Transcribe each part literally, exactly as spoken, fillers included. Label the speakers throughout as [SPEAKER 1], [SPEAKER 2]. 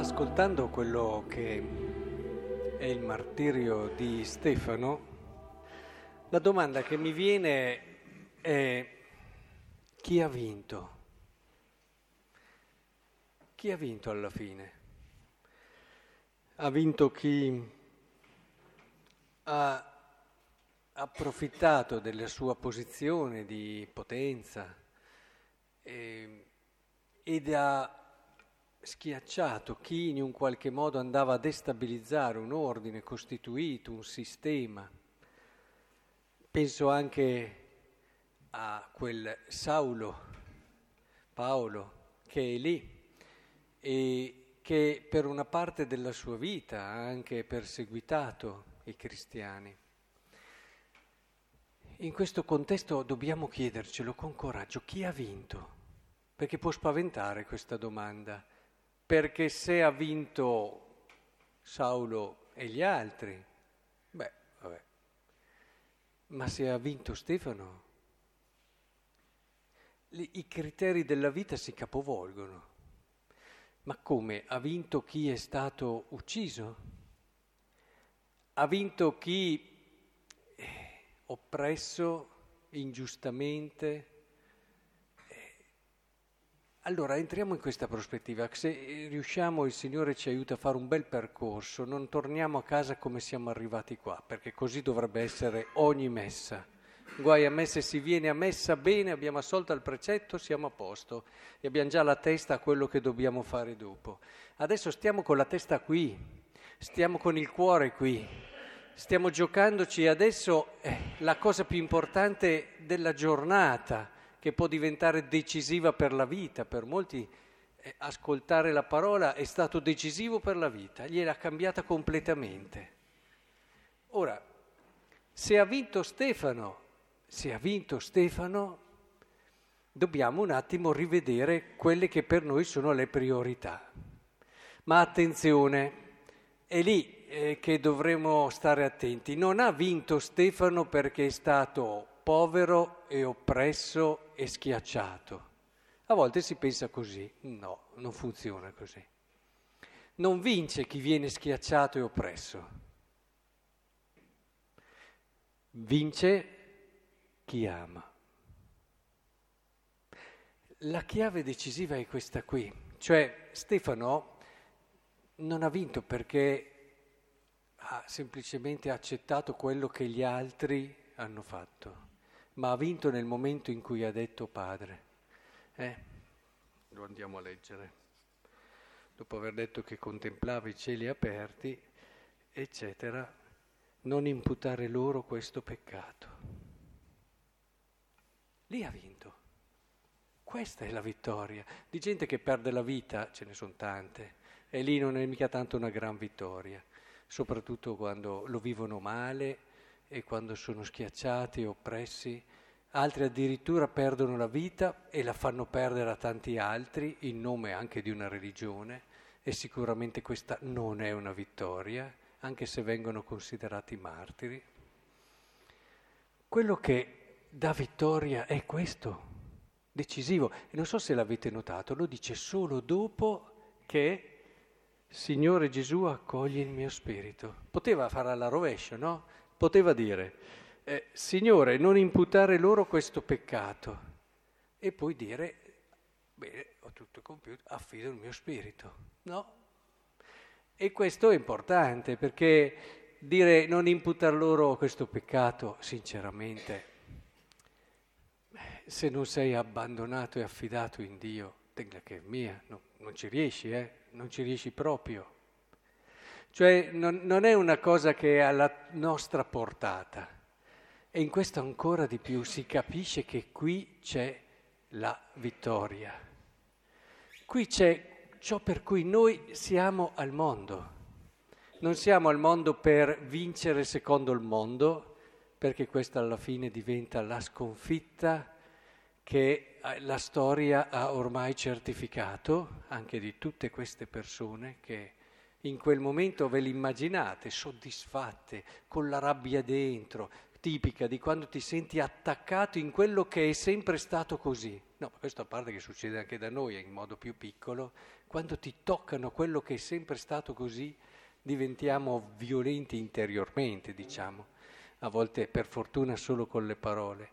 [SPEAKER 1] Ascoltando quello che è il martirio di Stefano, la domanda che mi viene è: chi ha vinto? Chi ha vinto alla fine? Ha vinto chi ha approfittato della sua posizione di potenza e, ed ha schiacciato chi in un qualche modo andava a destabilizzare un ordine costituito, un sistema. Penso anche a quel Saulo, Paolo, che è lì e che per una parte della sua vita ha anche perseguitato i cristiani. In questo contesto dobbiamo chiedercelo con coraggio: chi ha vinto? Perché può spaventare questa domanda, perché se ha vinto Saulo e gli altri, beh, vabbè, ma se ha vinto Stefano, i criteri della vita si capovolgono. Ma come? Ha vinto chi è stato ucciso? Ha vinto chi oppresso ingiustamente? Allora entriamo in questa prospettiva. Se riusciamo, il Signore ci aiuta a fare un bel percorso, non torniamo a casa come siamo arrivati qua, perché così dovrebbe essere ogni messa. Guai a me se si viene a messa bene, abbiamo assolto al precetto, siamo a posto e abbiamo già la testa a quello che dobbiamo fare dopo. Adesso stiamo con la testa qui, stiamo con il cuore qui, stiamo giocandoci adesso eh, la cosa più importante della giornata, che può diventare decisiva per la vita. Per molti eh, ascoltare la parola è stato decisivo per la vita, gliel'ha cambiata completamente. Ora, se ha vinto Stefano, se ha vinto Stefano, dobbiamo un attimo rivedere quelle che per noi sono le priorità. Ma attenzione, è lì eh, che dovremo stare attenti. Non ha vinto Stefano perché è stato povero e oppresso e schiacciato. A volte si pensa così. No, non funziona così. Non vince chi viene schiacciato e oppresso. Vince chi ama. La chiave decisiva è questa qui. Cioè Stefano non ha vinto perché ha semplicemente accettato quello che gli altri hanno fatto, ma ha vinto nel momento in cui ha detto Padre. Eh, lo andiamo a leggere. Dopo aver detto che contemplava i cieli aperti, eccetera, non imputare loro questo peccato. Lì ha vinto. Questa è la vittoria. Di gente che perde la vita, ce ne sono tante, e lì non è mica tanto una gran vittoria, soprattutto quando lo vivono male e quando sono schiacciati e oppressi. Altri addirittura perdono la vita e la fanno perdere a tanti altri in nome anche di una religione, e sicuramente questa non è una vittoria, anche se vengono considerati martiri. Quello che dà vittoria è questo, decisivo. E non so se l'avete notato, lo dice solo dopo che Signore Gesù accoglie il mio spirito. Poteva fare alla rovescia, no? Poteva dire, eh, Signore, non imputare loro questo peccato. E poi dire, bene, ho tutto compiuto, affido il mio spirito. No? E questo è importante, perché dire non imputar loro questo peccato, sinceramente, se non sei abbandonato e affidato in Dio, tenga che è mia, no, non ci riesci, eh? Non ci riesci proprio. Cioè non, non è una cosa che è alla nostra portata. E in questo ancora di più si capisce che qui c'è la vittoria. Qui c'è ciò per cui noi siamo al mondo. Non siamo al mondo per vincere secondo il mondo, perché questa alla fine diventa la sconfitta che la storia ha ormai certificato, anche di tutte queste persone che in quel momento ve le immaginate, soddisfatte, con la rabbia dentro, tipica di quando ti senti attaccato in quello che è sempre stato così, No, ma questo a parte che succede anche da noi in modo più piccolo, quando ti toccano quello che è sempre stato così, diventiamo violenti interiormente, diciamo, a volte per fortuna solo con le parole.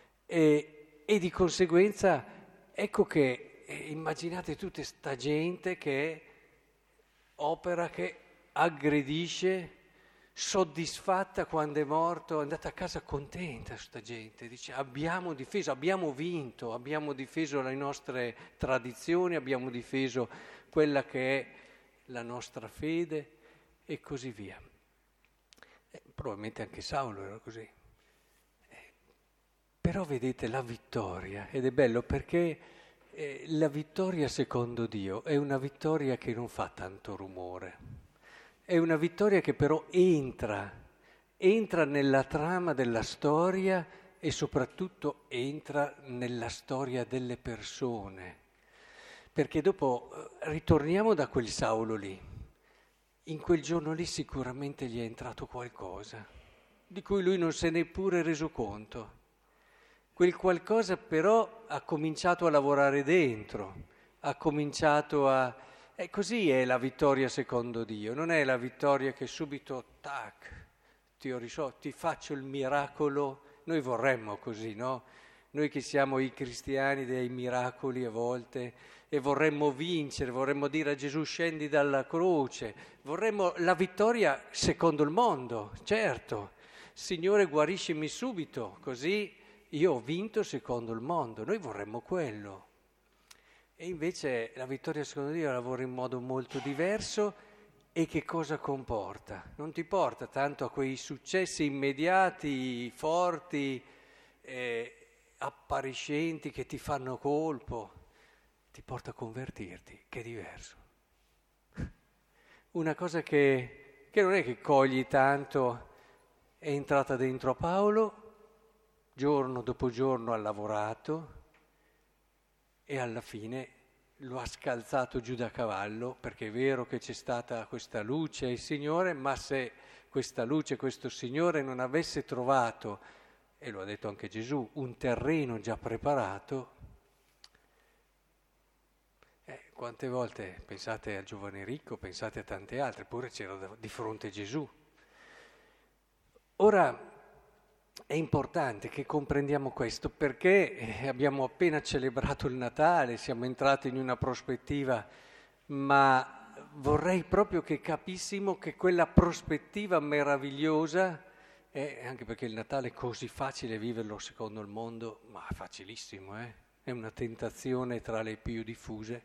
[SPEAKER 1] E, e di conseguenza ecco che eh, immaginate tutta sta gente che opera, che aggredisce, soddisfatta quando è morto, è andata a casa contenta sta gente, dice abbiamo difeso, abbiamo vinto, abbiamo difeso le nostre tradizioni, abbiamo difeso quella che è la nostra fede e così via. Eh, probabilmente anche Saulo era così. Eh, però vedete la vittoria, ed è bello perché eh, la vittoria secondo Dio è una vittoria che non fa tanto rumore. È una vittoria che però entra, entra nella trama della storia e soprattutto entra nella storia delle persone. Perché dopo ritorniamo da quel Saulo lì. In quel giorno lì sicuramente gli è entrato qualcosa, di cui lui non se n'è pure reso conto. Quel qualcosa però ha cominciato a lavorare dentro, ha cominciato a... E così è la vittoria secondo Dio, non è la vittoria che subito, tac, ti ho risolto, ti faccio il miracolo. Noi vorremmo così, no? Noi che siamo i cristiani dei miracoli a volte e vorremmo vincere, vorremmo dire a Gesù scendi dalla croce, vorremmo la vittoria secondo il mondo, certo. Signore guariscimi subito, così io ho vinto secondo il mondo, noi vorremmo quello. E invece la vittoria secondo Dio lavora in modo molto diverso e che cosa comporta? Non ti porta tanto a quei successi immediati, forti, eh, appariscenti che ti fanno colpo, ti porta a convertirti, che è diverso. Una cosa che, che non è che cogli tanto, è entrata dentro a Paolo, giorno dopo giorno ha lavorato, e alla fine lo ha scalzato giù da cavallo, perché è vero che c'è stata questa luce il Signore, ma se questa luce, questo Signore non avesse trovato, e lo ha detto anche Gesù, un terreno già preparato, eh, quante volte pensate al giovane ricco, pensate a tante altre, eppure c'era di fronte Gesù. Ora, è importante che comprendiamo questo perché abbiamo appena celebrato il Natale, siamo entrati in una prospettiva, ma vorrei proprio che capissimo che quella prospettiva meravigliosa, eh, anche perché il Natale è così facile viverlo secondo il mondo, ma è facilissimo, eh? È una tentazione tra le più diffuse,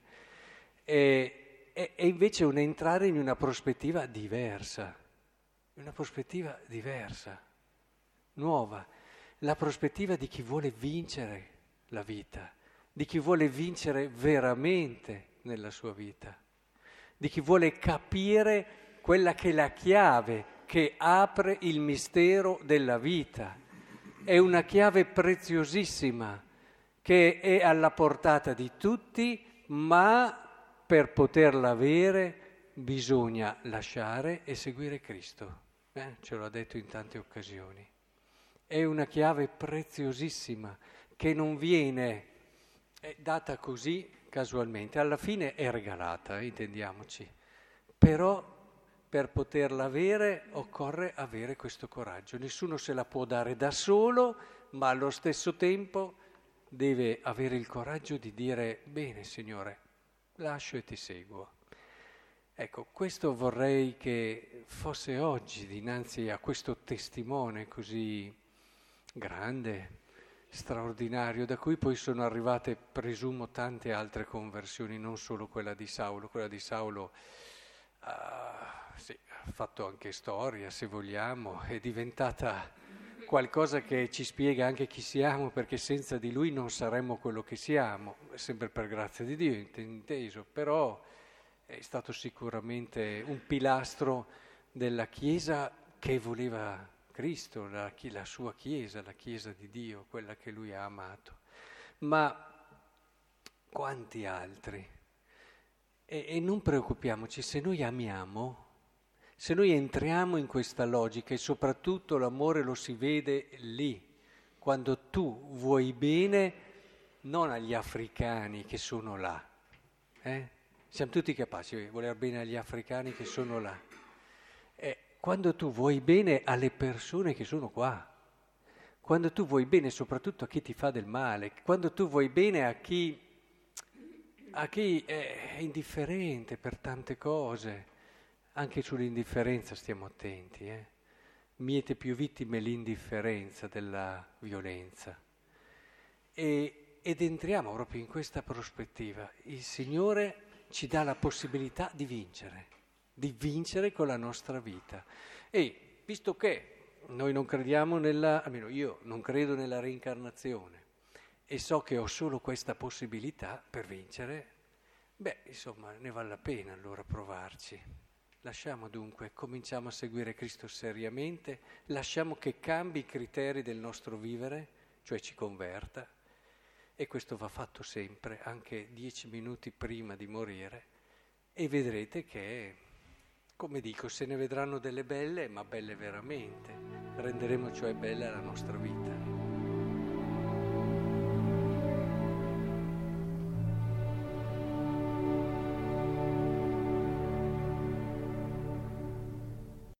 [SPEAKER 1] e, e, e invece un entrare in una prospettiva diversa, una prospettiva diversa. Nuova, la prospettiva di chi vuole vincere la vita, di chi vuole vincere veramente nella sua vita, di chi vuole capire quella che è la chiave che apre il mistero della vita. È una chiave preziosissima che è alla portata di tutti, ma per poterla avere bisogna lasciare e seguire Cristo. Eh? Ce l'ha detto in tante occasioni. È una chiave preziosissima che non viene data così casualmente, alla fine è regalata, eh, intendiamoci, però per poterla avere occorre avere questo coraggio. Nessuno se la può dare da solo, ma allo stesso tempo deve avere il coraggio di dire bene Signore, lascio e ti seguo. Ecco, questo vorrei che fosse oggi dinanzi a questo testimone così grande, straordinario, da cui poi sono arrivate, presumo, tante altre conversioni, non solo quella di Saulo. Quella di Saulo uh, sì, ha fatto anche storia, se vogliamo, è diventata qualcosa che ci spiega anche chi siamo, perché senza di lui non saremmo quello che siamo, sempre per grazia di Dio, inteso, però è stato sicuramente un pilastro della Chiesa che voleva Cristo, la, la sua Chiesa, la Chiesa di Dio, quella che Lui ha amato. Ma quanti altri? E, e non preoccupiamoci, se noi amiamo, se noi entriamo in questa logica, e soprattutto l'amore lo si vede lì, quando tu vuoi bene non agli africani che sono là. Eh? Siamo tutti capaci di voler bene agli africani che sono là. Eh, quando tu vuoi bene alle persone che sono qua, quando tu vuoi bene soprattutto a chi ti fa del male, quando tu vuoi bene a chi, a chi è indifferente per tante cose, anche sull'indifferenza stiamo attenti, eh? Miete più vittime l'indifferenza della violenza. E, ed entriamo proprio in questa prospettiva. Il Signore ci dà la possibilità di vincere, di vincere con la nostra vita. E visto che noi non crediamo nella, almeno io non credo nella reincarnazione e so che ho solo questa possibilità per vincere, beh, insomma, ne vale la pena allora provarci. Lasciamo dunque, cominciamo a seguire Cristo seriamente, lasciamo che cambi i criteri del nostro vivere, cioè ci converta, e questo va fatto sempre, anche dieci minuti prima di morire, e vedrete che, come dico, se ne vedranno delle belle, ma belle veramente, renderemo cioè bella la nostra vita.